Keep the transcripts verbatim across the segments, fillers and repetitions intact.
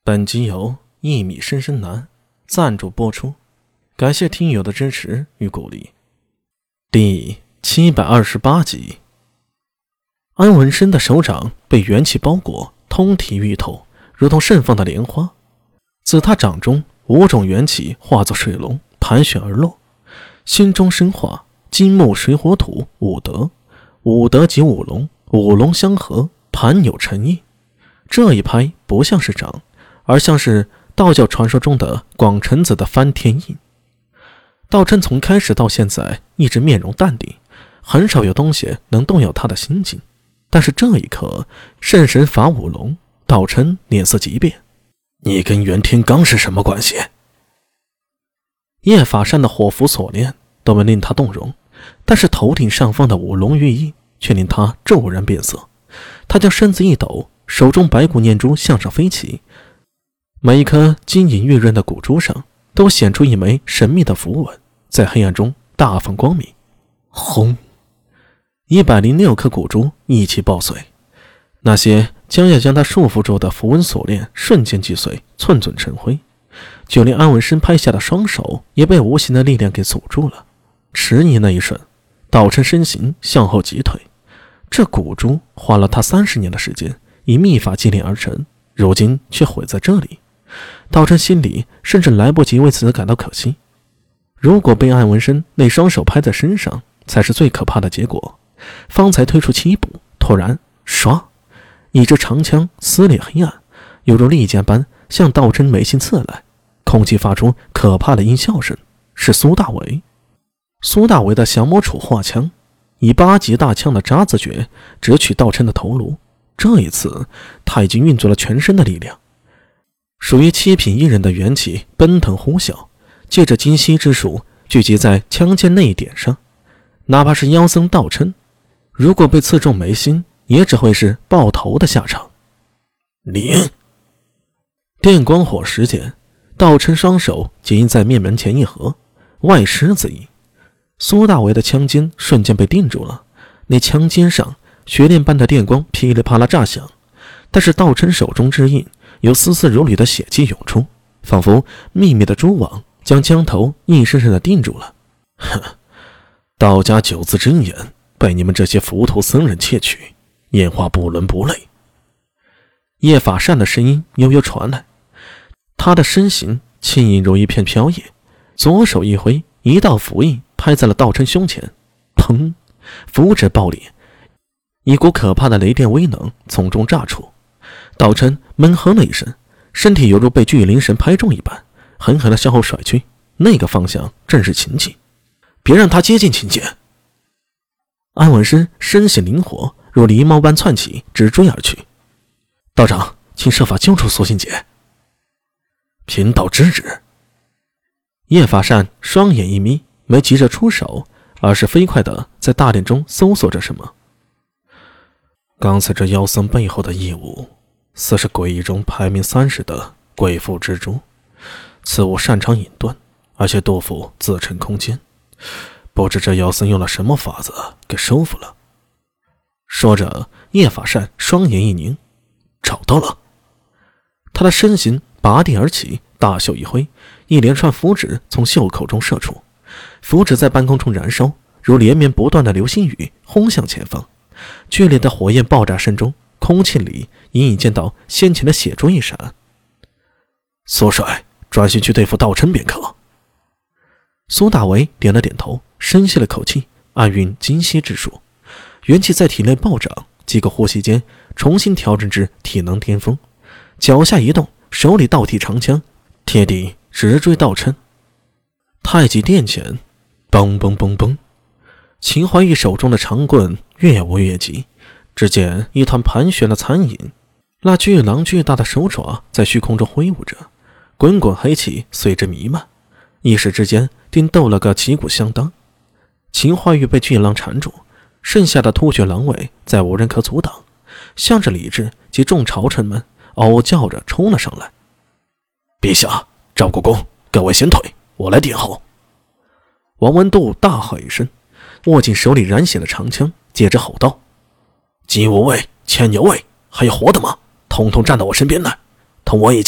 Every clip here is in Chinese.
本集由一米深深蓝赞助播出，感谢听友的支持与鼓励。第七百二十八集，安文生的手掌被元气包裹，通体欲透，如同盛放的莲花。自他掌中，五种元气化作水龙盘旋而落，心中深化金木水火土五德，五德即五龙，五龙相合，盘扭成印。这一拍不像是掌，而像是道教传说中的广成子的翻天印。道琛从开始到现在一直面容淡定，很少有东西能动摇他的心境，但是这一刻圣神法五龙，道琛脸色急变。 你跟袁天罡是什么关系？ 叶法善的火符锁链都没令他动容，但是头顶上方的五龙玉印却令他骤然变色。他将身子一抖，手中白骨念珠向上飞起，每一颗晶莹玉润的骨珠上都显出一枚神秘的符文，在黑暗中大放光明。轰！一百零六颗骨珠一起爆碎，那些将要将他束缚住的符文锁链瞬间击碎，寸寸成灰。就连安文生拍下的双手也被无形的力量给阻住了。迟疑那一瞬，道琛身形向后急退。这骨珠花了他三十年的时间，以秘法精炼而成，如今却毁在这里。道琛心里甚至来不及为此感到可惜。如果被安文生那双手拍在身上，才是最可怕的结果。方才推出七步，突然唰，一支长枪撕裂黑暗，犹如利剑般向道琛眉心刺来，空气发出可怕的音笑声。是苏大为。苏大为的降魔杵化枪以八级大枪的渣子诀直取道琛的头颅，这一次他已经运作了全身的力量，属于七品一人的元气奔腾呼啸，借着金息之术聚集在枪尖那一点上。哪怕是妖僧道琛，如果被刺中眉心，也只会是爆头的下场。 灵！ 电光火石间，道琛双手紧印在面门前一合，外狮子印。苏大为的枪尖瞬间被定住了，那枪尖上雪链般的电光噼里啪啦炸响，但是道琛手中之印有丝丝如缕的血迹涌出，仿佛秘密的蛛网将枪头硬生生的定住了。 哼，道家九字真言被你们这些浮屠僧人窃取，演化不伦不类。 叶法善的声音悠悠传来，他的身形轻盈如一片飘叶，左手一挥，一道符印拍在了道琛胸前。砰！符纸爆裂，一股可怕的雷电威能从中炸出。道琛闷哼了一声，身体犹如被巨灵神拍中一般，狠狠地向后甩去，那个方向正是秦境。别让他接近秦姐！安文生身形灵活，如狸猫般窜起，直追而去。道长，请设法救出苏心姐。 贫道知止。 叶法善双眼一眯，没急着出手，而是飞快地在大殿中搜索着什么。 刚才这妖僧背后的异物，似是诡异中排名三十的鬼符之珠。此物擅长隐遁，而且多符自成空间，不知这妖僧用了什么法子给收服了。 说着，叶法善双眼一凝， 找到了。 他的身形拔地而起，大袖一挥，一连串符纸从袖口中射出，符纸在半空中燃烧，如连绵不断的流星雨轰向前方。剧烈的火焰爆炸声中，空气里隐隐见到先前的血珠一闪。 苏帅，专心去对付道琛便可。 苏大为点了点头，深吸了口气，暗运金息之术，元气在体内暴涨，几个呼吸间重新调整至体能巅峰。脚下一动，手里倒提长枪，贴地直追道琛。太极殿前，嘣嘣嘣嘣，秦怀玉手中的长棍越舞越急，只见一团盘旋的残影，那巨狼巨大的手爪在虚空中挥舞着，滚滚黑气随之弥漫，一时之间定斗了个旗鼓相当。秦怀玉被巨狼缠住，剩下的突厥狼尾再无人可阻挡，向着李治及众朝臣们嗷叫着冲了上来。 陛下，赵国公，各位先退，我来殿后。 王文度大喝一声，握紧手里染血的长枪，接着吼道： 金吾卫、牵牛卫，还有活的吗？统统站到我身边来，同我一起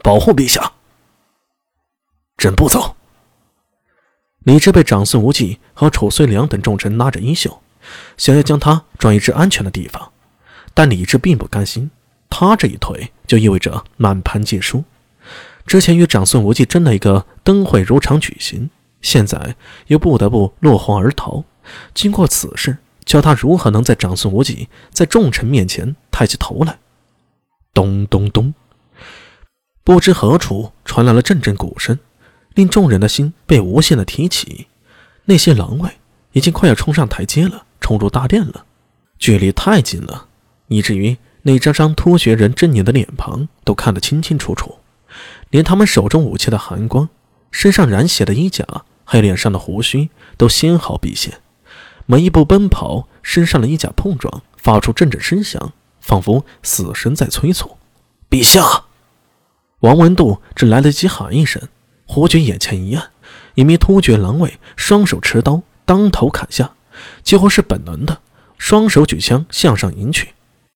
保护陛下。朕不走。 李治被长孙无忌和褚遂良等重臣拉着衣袖，想要将他转移至安全的地方，但李治并不甘心，他这一退就意味着满盘皆输。之前与长孙无忌争了一个灯会如常举行，现在又不得不落荒而逃。经过此事，教他如何能在长孙无忌在众臣面前抬起头来。咚咚咚，不知何处传来了阵阵鼓声，令众人的心被无限的提起。那些狼卫已经快要冲上台阶了，冲入大殿了，距离太近了，以至于那张张突厥人狰狞的脸庞都看得清清楚楚，连他们手中武器的寒光、身上染血的衣甲，还有脸上的胡须都纤毫毕现。每一步奔跑，身上的衣甲碰撞，发出阵阵声响，仿佛死神在催促。陛下！王文度只来得及喊一声，胡觉眼前一暗，一名突厥狼卫双手持刀当头砍下，几乎是本能的，双手举枪向上迎去。